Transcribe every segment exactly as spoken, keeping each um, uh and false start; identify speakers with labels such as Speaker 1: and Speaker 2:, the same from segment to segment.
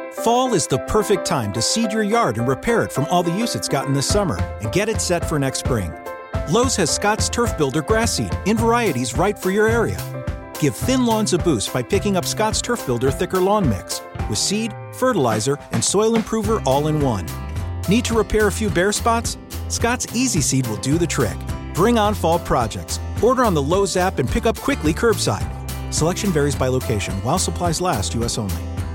Speaker 1: Fall is the perfect time to seed your yard and repair it from all the use it's gotten this summer and get it set for next spring. Lowe's has Scott's Turf Builder grass seed in varieties right for your area. Give thin lawns a boost by picking up Scott's Turf Builder Thicker Lawn Mix with seed, fertilizer, and soil improver all in one. Need to repair a few bare spots? Scott's Easy Seed will do the trick. Bring on fall projects. Order on the Lowe's app and pick up quickly curbside. Selection varies by location. While supplies last, U S only.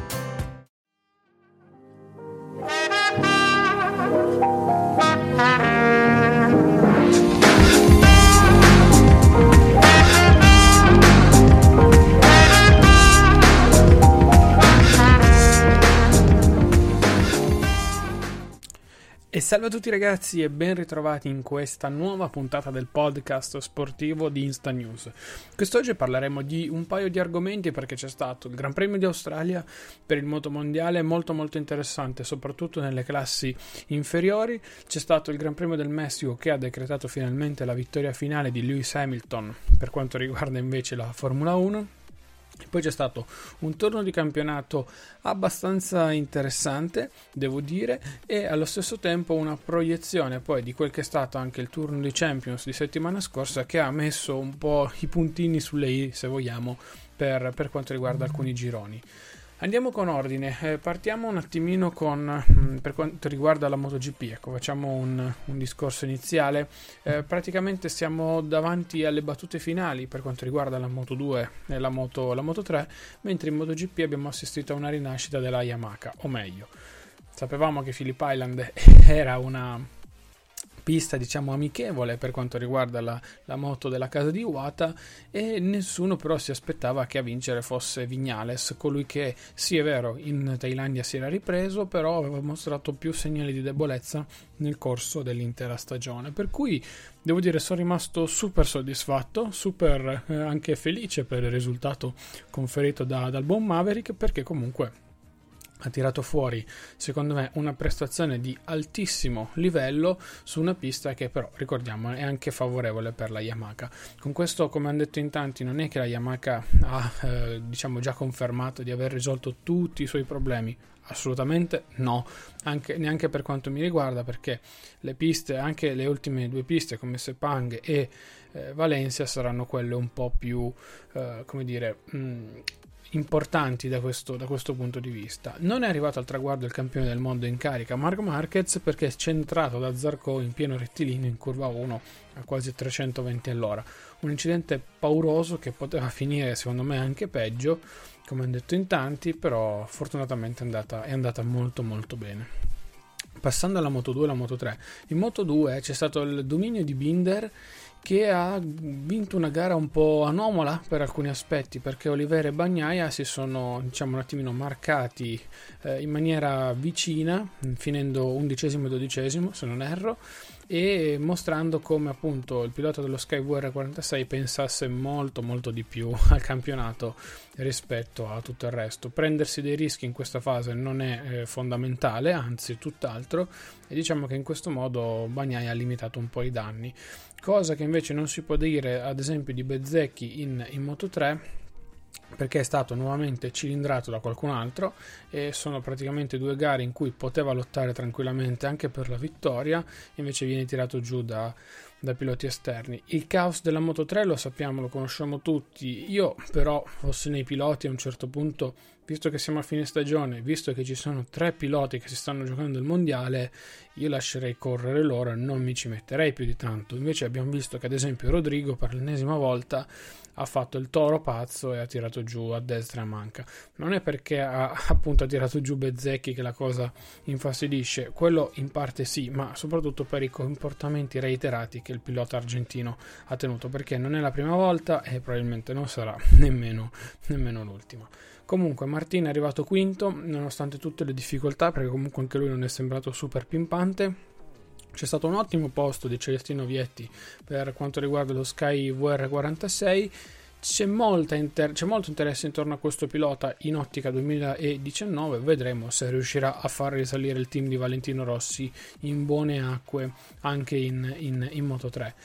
Speaker 2: E salve a tutti ragazzi e ben ritrovati in questa nuova puntata del podcast sportivo di Insta News. Quest'oggi parleremo di un paio di argomenti perché c'è stato il Gran Premio di Australia per il motomondiale molto molto interessante, soprattutto nelle classi inferiori. C'è stato il Gran Premio del Messico che ha decretato finalmente la vittoria finale di Lewis Hamilton per quanto riguarda invece la Formula uno. E poi c'è stato un turno di campionato abbastanza interessante, devo dire, e allo stesso tempo una proiezione poi di quel che è stato anche il turno di Champions di settimana scorsa, che ha messo un po' i puntini sulle i, se vogliamo, per, per quanto riguarda alcuni gironi. Andiamo con ordine, eh, partiamo un attimino con, mh, per quanto riguarda la MotoGP, ecco, facciamo un, un discorso iniziale. Eh, praticamente siamo davanti alle battute finali per quanto riguarda la Moto due e la Moto, la Moto tre, mentre in MotoGP abbiamo assistito a una rinascita della Yamaha, o meglio, sapevamo che Phillip Island era una pista diciamo amichevole per quanto riguarda la, la moto della casa di Iwata, e nessuno però si aspettava che a vincere fosse Viñales, colui che sì è vero in Thailandia si era ripreso, però aveva mostrato più segnali di debolezza nel corso dell'intera stagione, per cui devo dire sono rimasto super soddisfatto, super eh, anche felice per il risultato conferito da, dal buon Maverick, perché comunque ha tirato fuori, secondo me, una prestazione di altissimo livello su una pista che però, ricordiamo, è anche favorevole per la Yamaha. Con questo, come hanno detto in tanti, non è che la Yamaha ha eh, diciamo già confermato di aver risolto tutti i suoi problemi. Assolutamente no, anche, neanche per quanto mi riguarda, perché le piste, anche le ultime due piste come Sepang e eh, Valencia, saranno quelle un po' più, eh, come dire... Mh, importanti da questo, da questo punto di vista. Non è arrivato al traguardo il campione del mondo in carica Marc Marquez, perché è centrato da Zarco in pieno rettilineo in curva uno a quasi trecentoventi all'ora, un incidente pauroso che poteva finire secondo me anche peggio, come hanno detto in tanti, però fortunatamente è andata, è andata molto molto bene. Passando alla Moto due e alla Moto tre, in Moto due c'è stato il dominio di Binder, che ha vinto una gara un po' anomala per alcuni aspetti, perché Oliveira e Bagnaia si sono diciamo un attimino marcati eh, in maniera vicina, finendo undicesimo e dodicesimo se non erro, e mostrando come appunto il pilota dello Sky V R quarantasei pensasse molto molto di più al campionato rispetto a tutto il resto. Prendersi dei rischi in questa fase non è eh, fondamentale, anzi tutt'altro, e diciamo che in questo modo Bagnaia ha limitato un po' i danni, cosa che invece non si può dire ad esempio di Bezzecchi in, in Moto tre, perché è stato nuovamente cilindrato da qualcun altro, e sono praticamente due gare in cui poteva lottare tranquillamente anche per la vittoria, invece viene tirato giù da, da piloti esterni. Il caos della Moto tre lo sappiamo, lo conosciamo tutti. Io però, fossi nei piloti a un certo punto, visto che siamo a fine stagione, visto che ci sono tre piloti che si stanno giocando il mondiale, io lascerei correre loro e non mi ci metterei più di tanto. Invece abbiamo visto che ad esempio Rodrigo per l'ennesima volta ha fatto il toro pazzo e ha tirato giù a destra e a manca. Non è perché ha appunto ha tirato giù Bezzecchi che la cosa infastidisce, quello in parte sì, ma soprattutto per i comportamenti reiterati che il pilota argentino ha tenuto, perché non è la prima volta e probabilmente non sarà nemmeno, nemmeno l'ultima. Comunque Martin è arrivato quinto nonostante tutte le difficoltà, perché comunque anche lui non è sembrato super pimpante. C'è stato un ottimo posto di Celestino Vietti per quanto riguarda lo Sky V R quarantasei. C'è, molta inter- c'è molto interesse intorno a questo pilota in ottica duemiladiciannove. Vedremo se riuscirà a far risalire il team di Valentino Rossi in buone acque anche in, in, in Moto tre.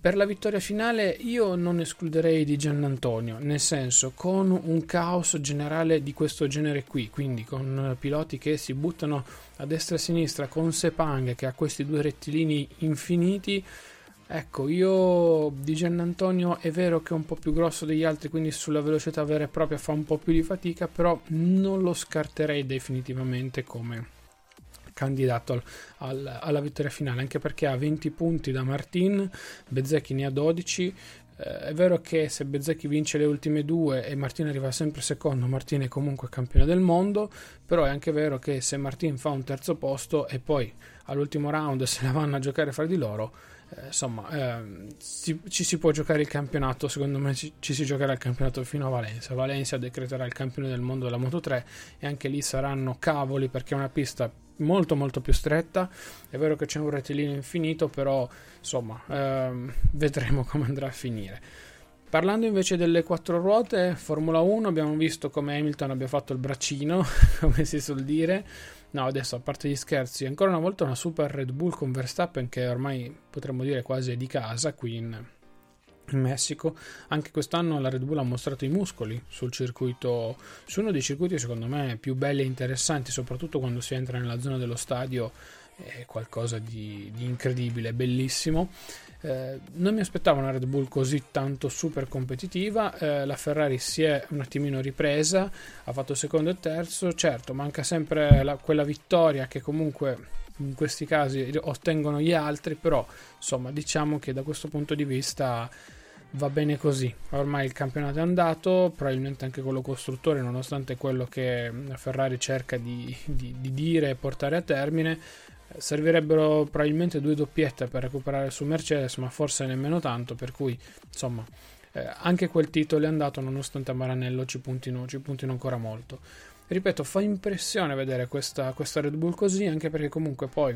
Speaker 2: Per la vittoria finale io non escluderei Di Giannantonio, nel senso, con un caos generale di questo genere qui, quindi con piloti che si buttano a destra e a sinistra, con Sepang che ha questi due rettilini infiniti. Ecco, io Di Giannantonio è vero che è un po' più grosso degli altri, quindi sulla velocità vera e propria fa un po' più di fatica, però non lo scarterei definitivamente come candidato al, al, alla vittoria finale, anche perché ha venti punti da Martin, Bezzecchi ne ha dodici. Eh, è vero che se Bezzecchi vince le ultime due e Martin arriva sempre secondo, Martin è comunque campione del mondo, però è anche vero che se Martin fa un terzo posto e poi all'ultimo round se la vanno a giocare fra di loro, eh, insomma eh, si, ci si può giocare il campionato. Secondo me ci, ci si giocherà il campionato fino a Valencia. Valencia decreterà il campione del mondo della Moto tre e anche lì saranno cavoli, perché è una pista molto molto più stretta. È vero che c'è un rettilineo infinito, però insomma ehm, vedremo come andrà a finire. Parlando invece delle quattro ruote, Formula uno, abbiamo visto come Hamilton abbia fatto il braccino, come si suol dire. No, adesso a parte gli scherzi, ancora una volta una super Red Bull con Verstappen, che ormai potremmo dire quasi è di casa qui in, in Messico. Anche quest'anno la Red Bull ha mostrato i muscoli sul circuito, su uno dei circuiti secondo me più belli e interessanti, soprattutto quando si entra nella zona dello stadio. È qualcosa di, di incredibile, bellissimo. Eh, non mi aspettavo una Red Bull così tanto super competitiva. Eh, la Ferrari si è un attimino ripresa, ha fatto secondo e terzo. Certo, manca sempre la, quella vittoria che comunque in questi casi ottengono gli altri, però insomma diciamo che da questo punto di vista va bene così. Ormai il campionato è andato, probabilmente anche quello costruttore, nonostante quello che la Ferrari cerca di, di, di dire e portare a termine. Servirebbero probabilmente due doppiette per recuperare su Mercedes, ma forse nemmeno tanto, per cui insomma eh, anche quel titolo è andato, nonostante a Maranello ci puntino, ci puntino ancora molto. Ripeto, fa impressione vedere questa, questa Red Bull così, anche perché comunque poi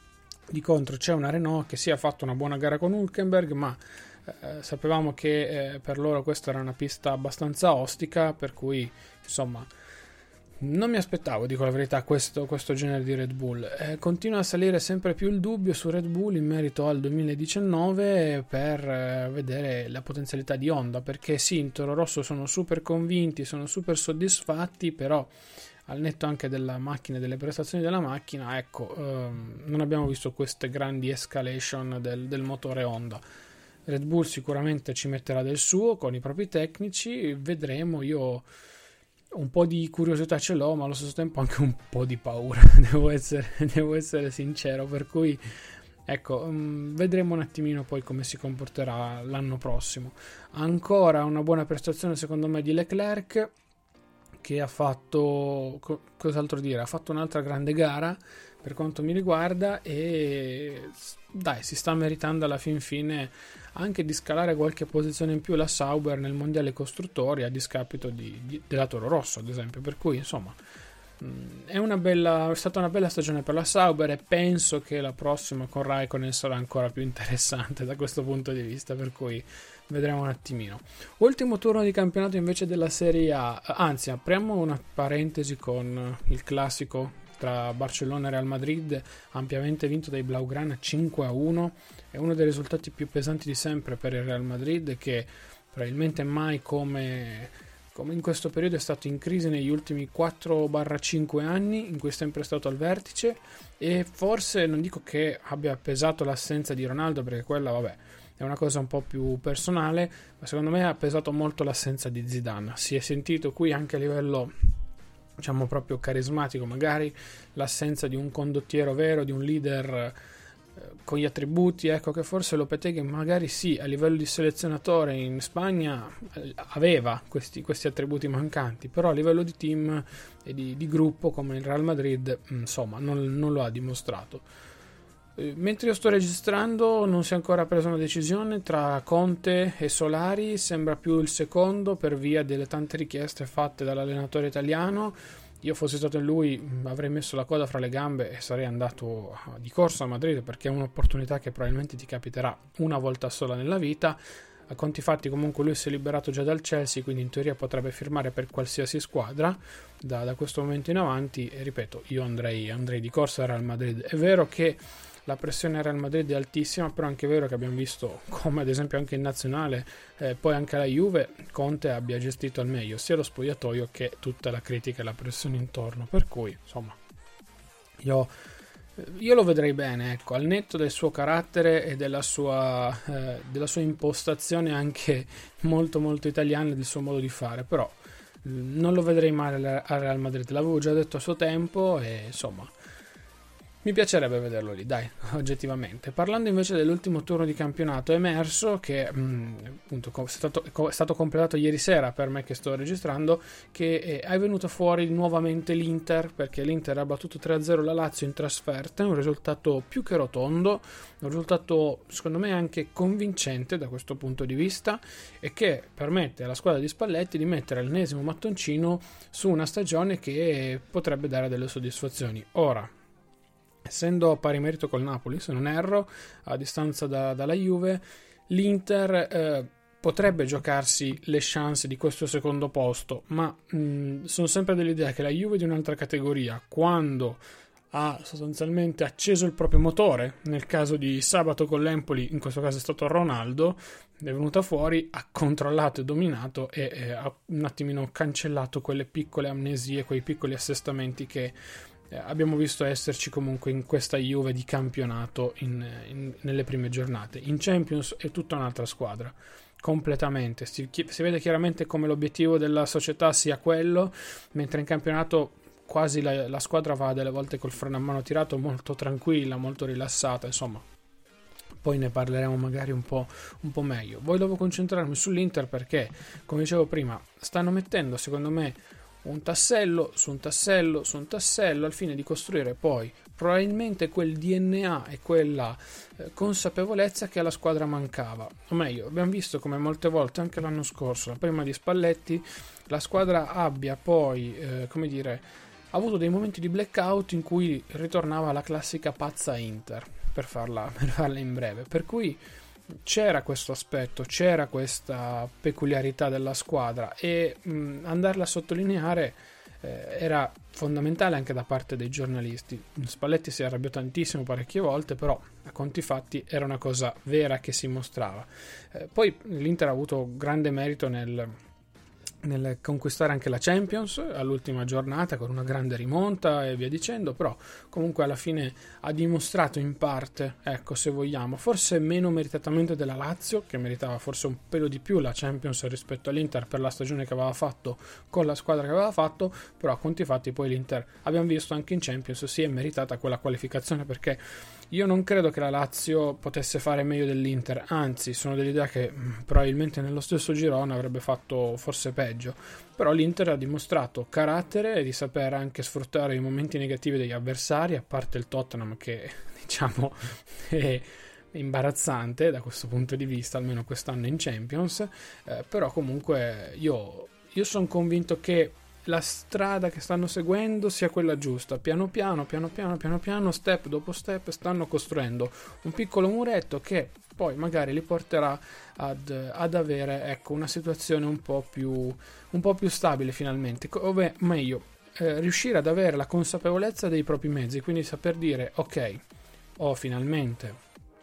Speaker 2: di contro c'è una Renault che sì ha fatto una buona gara con Hülkenberg, ma eh, sapevamo che eh, per loro questa era una pista abbastanza ostica, per cui insomma non mi aspettavo, dico la verità, questo, questo genere di Red Bull. Eh, continua a salire sempre più il dubbio su Red Bull in merito al duemiladiciannove per eh, vedere la potenzialità di Honda, perché sì, in Toro Rosso sono super convinti, sono super soddisfatti, però al netto anche della macchina e delle prestazioni della macchina, ecco, ehm, non abbiamo visto queste grandi escalation del, del motore Honda. Red Bull sicuramente ci metterà del suo con i propri tecnici, vedremo. Io un po' di curiosità ce l'ho, ma allo stesso tempo anche un po' di paura, devo essere, devo essere sincero, per cui ecco, um, vedremo un attimino poi come si comporterà l'anno prossimo. Ancora una buona prestazione secondo me di Leclerc, che ha fatto, co- cos'altro dire, ha fatto un'altra grande gara per quanto mi riguarda, e dai, si sta meritando alla fin fine anche di scalare qualche posizione in più la Sauber nel mondiale costruttori, a discapito di, di, della Toro Rosso ad esempio, per cui insomma mh, è, una bella, è stata una bella stagione per la Sauber, e penso che la prossima con Raikkonen sarà ancora più interessante da questo punto di vista, per cui vedremo un attimino. Ultimo turno di campionato invece della Serie A, anzi apriamo una parentesi con il classico tra Barcellona e Real Madrid, ampiamente vinto dai Blaugrana cinque a uno. È uno dei risultati più pesanti di sempre per il Real Madrid, che probabilmente mai come, come in questo periodo è stato in crisi negli ultimi quattro cinque anni, in cui è sempre stato al vertice. E forse non dico che abbia pesato l'assenza di Ronaldo, perché quella vabbè è una cosa un po' più personale, ma secondo me ha pesato molto l'assenza di Zidane. Si è sentito qui anche a livello, diciamo, proprio carismatico, magari l'assenza di un condottiero vero, di un leader eh, con gli attributi, ecco, che forse Lopetegui magari sì, a livello di selezionatore in Spagna eh, aveva questi, questi attributi mancanti, però a livello di team e di, di gruppo come il Real Madrid, insomma, non, non lo ha dimostrato. Eh, mentre io sto registrando non si è ancora presa una decisione tra Conte e Solari, sembra più il secondo per via delle tante richieste fatte dall'allenatore italiano. Io fossi stato lui avrei messo la coda fra le gambe e sarei andato di corsa a Madrid, perché è un'opportunità che probabilmente ti capiterà una volta sola nella vita. A conti fatti comunque lui si è liberato già dal Chelsea, quindi in teoria potrebbe firmare per qualsiasi squadra da, da questo momento in avanti, e ripeto, io andrei, andrei di corsa al Real Madrid. È vero che la pressione al Real Madrid è altissima, però è anche vero che abbiamo visto come ad esempio anche in nazionale, eh, poi anche la Juve, Conte abbia gestito al meglio sia lo spogliatoio che tutta la critica e la pressione intorno, per cui insomma io, io lo vedrei bene, ecco, al netto del suo carattere e della sua, eh, della sua impostazione anche molto molto italiana, del suo modo di fare, però non lo vedrei male al Real Madrid, l'avevo già detto a suo tempo e insomma mi piacerebbe vederlo lì, dai, oggettivamente. Parlando invece dell'ultimo turno di campionato, è emerso che mh, appunto è stato, è stato completato ieri sera, per me che sto registrando, che è venuto fuori nuovamente l'Inter, perché l'Inter ha battuto tre a zero la Lazio in trasferta, un risultato più che rotondo, un risultato secondo me anche convincente da questo punto di vista, e che permette alla squadra di Spalletti di mettere l'ennesimo mattoncino su una stagione che potrebbe dare delle soddisfazioni. Ora, essendo a pari merito col Napoli, se non erro, a distanza da, dalla Juve, l'Inter eh, potrebbe giocarsi le chance di questo secondo posto, ma mh, sono sempre dell'idea che la Juve è di un'altra categoria. Quando ha sostanzialmente acceso il proprio motore, nel caso di sabato con l'Empoli, in questo caso è stato Ronaldo, è venuta fuori, ha controllato e dominato e eh, ha un attimino cancellato quelle piccole amnesie, quei piccoli assestamenti che abbiamo visto esserci comunque in questa Juve di campionato in, in, nelle prime giornate. In Champions è tutta un'altra squadra, completamente, si, si vede chiaramente come l'obiettivo della società sia quello, mentre in campionato quasi la, la squadra va delle volte col freno a mano tirato, molto tranquilla, molto rilassata, insomma poi ne parleremo magari un po', un po' meglio. Volevo concentrarmi sull'Inter perché, come dicevo prima, stanno mettendo secondo me un tassello su un tassello su un tassello al fine di costruire poi probabilmente quel D N A e quella eh, consapevolezza che alla squadra mancava. O meglio, abbiamo visto come molte volte anche l'anno scorso, la prima di Spalletti, la squadra abbia poi, eh, come dire, avuto dei momenti di blackout in cui ritornava la classica pazza Inter, per farla, per farla in breve, per cui c'era questo aspetto, c'era questa peculiarità della squadra e mh, andarla a sottolineare eh, era fondamentale anche da parte dei giornalisti. Spalletti si arrabbiò tantissimo parecchie volte, però a conti fatti era una cosa vera che si mostrava. Eh, poi l'Inter ha avuto grande merito nel nel conquistare anche la Champions all'ultima giornata con una grande rimonta e via dicendo, però comunque alla fine ha dimostrato in parte, ecco, se vogliamo, forse meno meritatamente della Lazio, che meritava forse un pelo di più la Champions rispetto all'Inter per la stagione che aveva fatto con la squadra che aveva fatto, però a conti fatti poi l'Inter, abbiamo visto anche in Champions, si è meritata quella qualificazione, perché io non credo che la Lazio potesse fare meglio dell'Inter, anzi sono dell'idea che mh, probabilmente nello stesso girone avrebbe fatto forse peggio, però l'Inter ha dimostrato carattere e di saper anche sfruttare i momenti negativi degli avversari, a parte il Tottenham che diciamo è imbarazzante da questo punto di vista, almeno quest'anno in Champions, eh, però comunque io, io sono convinto che la strada che stanno seguendo sia quella giusta, piano piano, piano piano, piano piano, step dopo step stanno costruendo un piccolo muretto che poi magari li porterà ad, ad avere, ecco, una situazione un po' più un po' più stabile finalmente, o meglio, eh, riuscire ad avere la consapevolezza dei propri mezzi, quindi saper dire ok, ho finalmente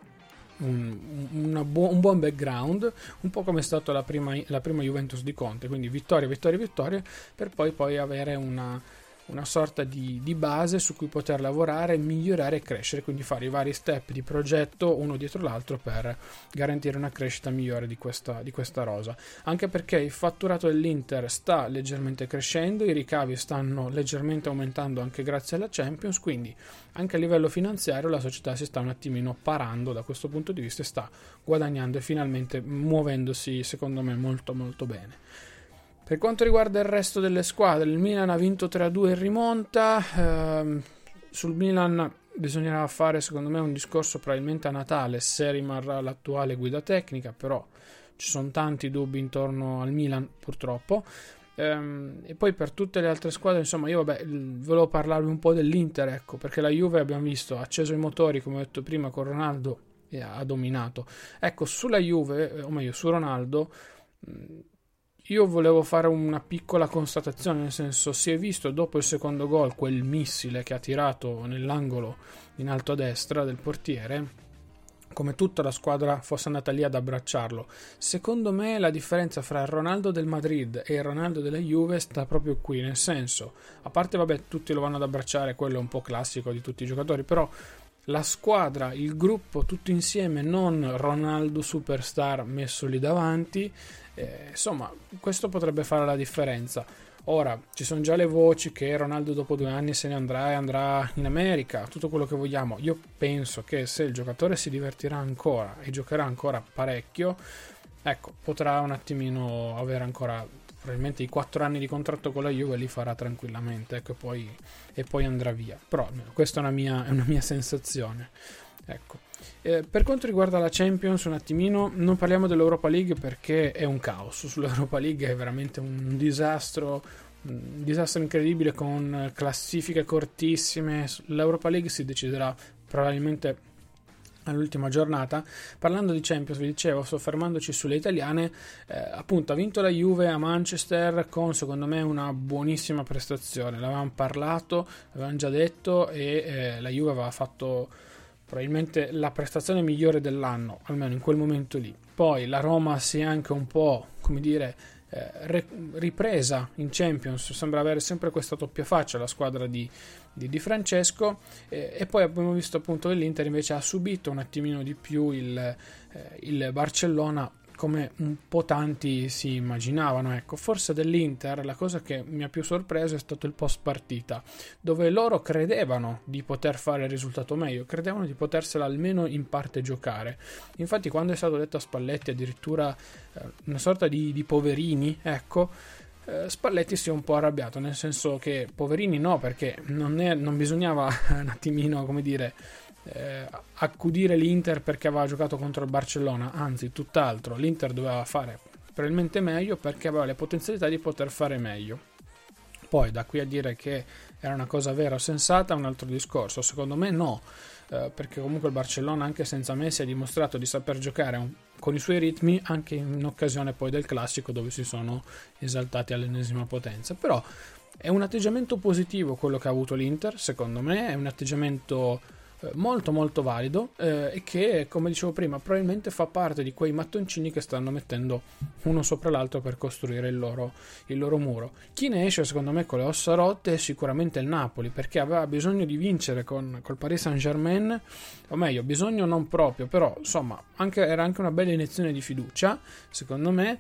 Speaker 2: Un, una bu- un buon background, un po' come è stata la prima, la prima Juventus di Conte, quindi vittoria, vittoria, vittoria, per poi poi avere una, una sorta di, di base su cui poter lavorare, migliorare e crescere, quindi fare i vari step di progetto uno dietro l'altro per garantire una crescita migliore di questa, di questa rosa, anche perché il fatturato dell'Inter sta leggermente crescendo, i ricavi stanno leggermente aumentando anche grazie alla Champions, quindi anche a livello finanziario la società si sta un attimino parando da questo punto di vista e sta guadagnando e finalmente muovendosi secondo me molto molto bene. Per quanto riguarda il resto delle squadre, il Milan ha vinto tre a due in rimonta, ehm, sul Milan bisognerà fare secondo me un discorso probabilmente a Natale se rimarrà l'attuale guida tecnica, però ci sono tanti dubbi intorno al Milan purtroppo. Ehm, e poi per tutte le altre squadre, insomma, io vabbè volevo parlarvi un po' dell'Inter, ecco, perché la Juve abbiamo visto, ha acceso i motori come ho detto prima con Ronaldo e ha dominato. Ecco, sulla Juve, o meglio su Ronaldo, io volevo fare una piccola constatazione, nel senso, si è visto dopo il secondo gol quel missile che ha tirato nell'angolo in alto a destra del portiere, come tutta la squadra fosse andata lì ad abbracciarlo. Secondo me la differenza fra il Ronaldo del Madrid e il Ronaldo della Juve sta proprio qui, nel senso, a parte vabbè tutti lo vanno ad abbracciare, quello è un po' classico di tutti i giocatori, però la squadra, il gruppo, tutto insieme, non Ronaldo superstar messo lì davanti, eh, insomma, questo potrebbe fare la differenza. Ora, ci sono già le voci che Ronaldo dopo due anni se ne andrà e andrà in America, tutto quello che vogliamo. Io penso che se il giocatore si divertirà ancora e giocherà ancora parecchio, ecco, potrà un attimino avere ancora probabilmente i quattro anni di contratto con la Juve, li farà tranquillamente, ecco, e poi, e poi andrà via. Però questa è una mia, è una mia sensazione, ecco. Eh, per quanto riguarda la Champions, un attimino non parliamo dell'Europa League perché è un caos. Sull'Europa League è veramente un disastro, un disastro incredibile, con classifiche cortissime. L'Europa League si deciderà probabilmente all'ultima giornata. Parlando di Champions, vi dicevo, soffermandoci sulle italiane, eh, appunto ha vinto la Juve a Manchester con secondo me una buonissima prestazione. L'avevamo parlato, l'avevamo già detto, e eh, la Juve aveva fatto probabilmente la prestazione migliore dell'anno, almeno in quel momento lì. Poi la Roma si è anche un po', come dire, eh, re- ripresa in Champions, sembra avere sempre questa doppia faccia la squadra di, di, di Francesco, eh, e poi abbiamo visto appunto che l'Inter invece ha subito un attimino di più il, eh, il Barcellona, come un po' tanti si immaginavano. Ecco, forse dell'Inter la cosa che mi ha più sorpreso è stato il post partita, dove loro credevano di poter fare il risultato meglio, credevano di potersela almeno in parte giocare. Infatti quando è stato detto a Spalletti addirittura eh, una sorta di, di poverini, ecco, eh, Spalletti si è un po' arrabbiato, nel senso che poverini no, perché non, è, non bisognava un attimino, come dire, Eh, accudire l'Inter perché aveva giocato contro il Barcellona, anzi tutt'altro, l'Inter doveva fare probabilmente meglio perché aveva le potenzialità di poter fare meglio. Poi da qui a dire che era una cosa vera o sensata è un altro discorso. Secondo me no, eh, perché comunque il Barcellona anche senza Messi ha dimostrato di saper giocare un, con i suoi ritmi, anche in occasione poi del classico dove si sono esaltati all'ennesima potenza. Però è un atteggiamento positivo quello che ha avuto l'Inter, secondo me è un atteggiamento molto molto valido, eh, e che, come dicevo prima, probabilmente fa parte di quei mattoncini che stanno mettendo uno sopra l'altro per costruire il loro, il loro muro. Chi ne esce secondo me con le ossa rotte è sicuramente il Napoli, perché aveva bisogno di vincere con col Paris Saint-Germain, o meglio bisogno non proprio, però insomma anche, era anche una bella iniezione di fiducia secondo me,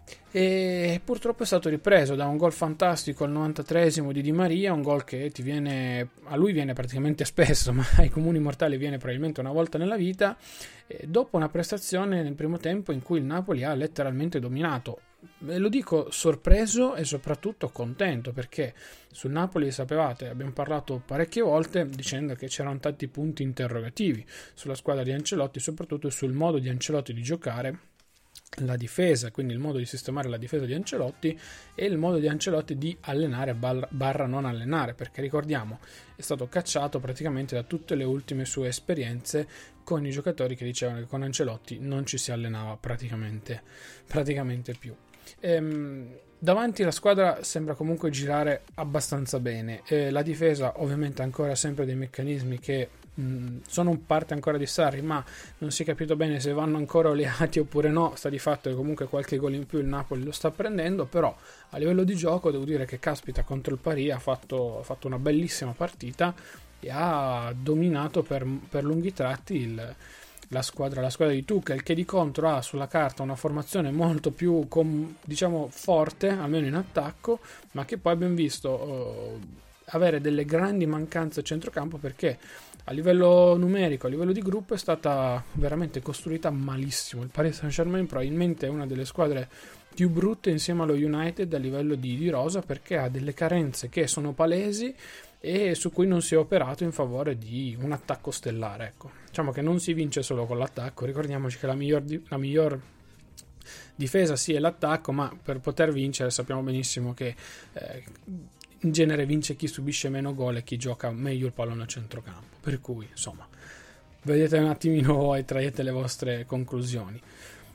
Speaker 2: e purtroppo è stato ripreso da un gol fantastico al novantatreesimo di Di Maria, un gol che ti viene, a lui viene praticamente spesso, ma ai comuni mortali viene probabilmente una volta nella vita, e dopo una prestazione nel primo tempo in cui il Napoli ha letteralmente dominato. E lo dico sorpreso e soprattutto contento, perché sul Napoli, sapevate, abbiamo parlato parecchie volte dicendo che c'erano tanti punti interrogativi sulla squadra di Ancelotti, soprattutto sul modo di Ancelotti di giocare la difesa, quindi il modo di sistemare la difesa di Ancelotti e il modo di Ancelotti di allenare barra non allenare, perché ricordiamo è stato cacciato praticamente da tutte le ultime sue esperienze con i giocatori che dicevano che con Ancelotti non ci si allenava praticamente, praticamente più. Ehm, davanti la squadra sembra comunque girare abbastanza bene, eh, la difesa ovviamente ancora sempre dei meccanismi che sono un parte ancora di Sarri, ma non si è capito bene se vanno ancora oleati oppure no. Sta di fatto che comunque qualche gol in più il Napoli lo sta prendendo, però a livello di gioco devo dire che caspita, contro il Paris ha fatto, ha fatto una bellissima partita e ha dominato per, per lunghi tratti il, la squadra la squadra di Tuchel, che di contro ha sulla carta una formazione molto più com, diciamo forte, almeno in attacco, ma che poi abbiamo visto uh, avere delle grandi mancanze a centrocampo, perché a livello numerico, a livello di gruppo è stata veramente costruita malissimo. Il Paris Saint-Germain probabilmente è una delle squadre più brutte insieme allo United a livello di, di rosa, perché ha delle carenze che sono palesi e su cui non si è operato in favore di un attacco stellare. Ecco, diciamo che non si vince solo con l'attacco, ricordiamoci che la miglior, la miglior difesa sì è l'attacco, ma per poter vincere sappiamo benissimo che eh, in genere vince chi subisce meno gol e chi gioca meglio il pallone a centrocampo, per cui insomma vedete un attimino voi, traete le vostre conclusioni.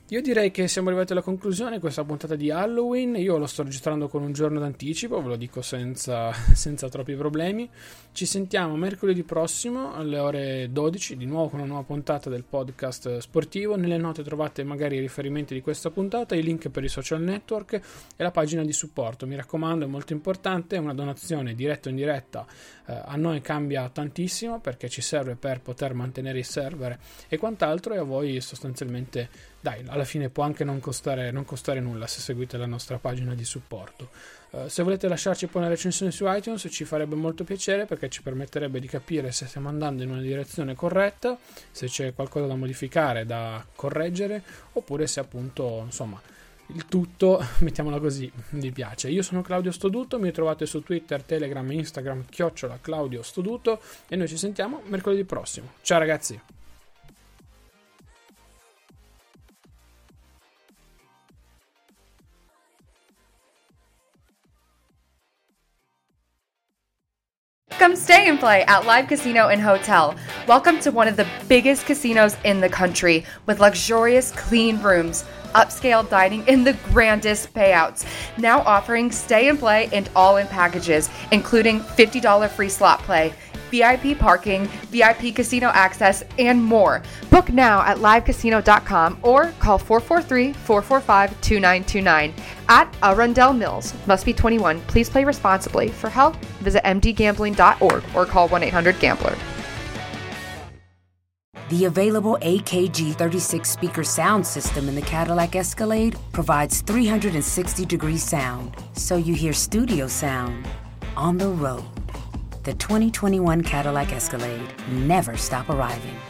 Speaker 2: Io direi che siamo arrivati alla conclusione di questa puntata di Halloween. Io lo sto registrando con un giorno d'anticipo, ve lo dico senza, senza troppi problemi. Ci sentiamo mercoledì prossimo alle ore dodici, di nuovo con una nuova puntata del podcast sportivo. Nelle note trovate magari i riferimenti di questa puntata, i link per i social network e la pagina di supporto. Mi raccomando, è molto importante, una donazione diretta o indiretta eh, a noi cambia tantissimo, perché ci serve per poter mantenere i server e quant'altro, e a voi sostanzialmente, dai, alla fine può anche non costare, non costare nulla se seguite la nostra pagina di supporto. Uh, se volete lasciarci poi una recensione su iTunes ci farebbe molto piacere, perché ci permetterebbe di capire se stiamo andando in una direzione corretta, se c'è qualcosa da modificare, da correggere, oppure se appunto, insomma, il tutto, mettiamola così, vi piace. Io sono Claudio Stoduto, mi trovate su Twitter, Telegram e Instagram chiocciola Claudio Stoduto, e noi ci sentiamo mercoledì prossimo. Ciao ragazzi!
Speaker 3: Come stay and play at Live Casino and Hotel. Welcome to one of the biggest casinos in the country, with luxurious, clean rooms, upscale dining, and the grandest payouts. Now offering stay and play and all-in packages, including fifty dollars free slot play, V I P parking, V I P casino access, and more. Book now at live casino dot com or call four four three, four four five, two nine two nine. At Arundel Mills. Must be twenty-one. Please play responsibly. For help, visit m d gambling dot org or call one eight hundred gambler.
Speaker 4: The available A K G thirty-six speaker sound system in the Cadillac Escalade provides three hundred sixty degree sound, so you hear studio sound on the road. The twenty twenty-one Cadillac Escalade. Never stop arriving.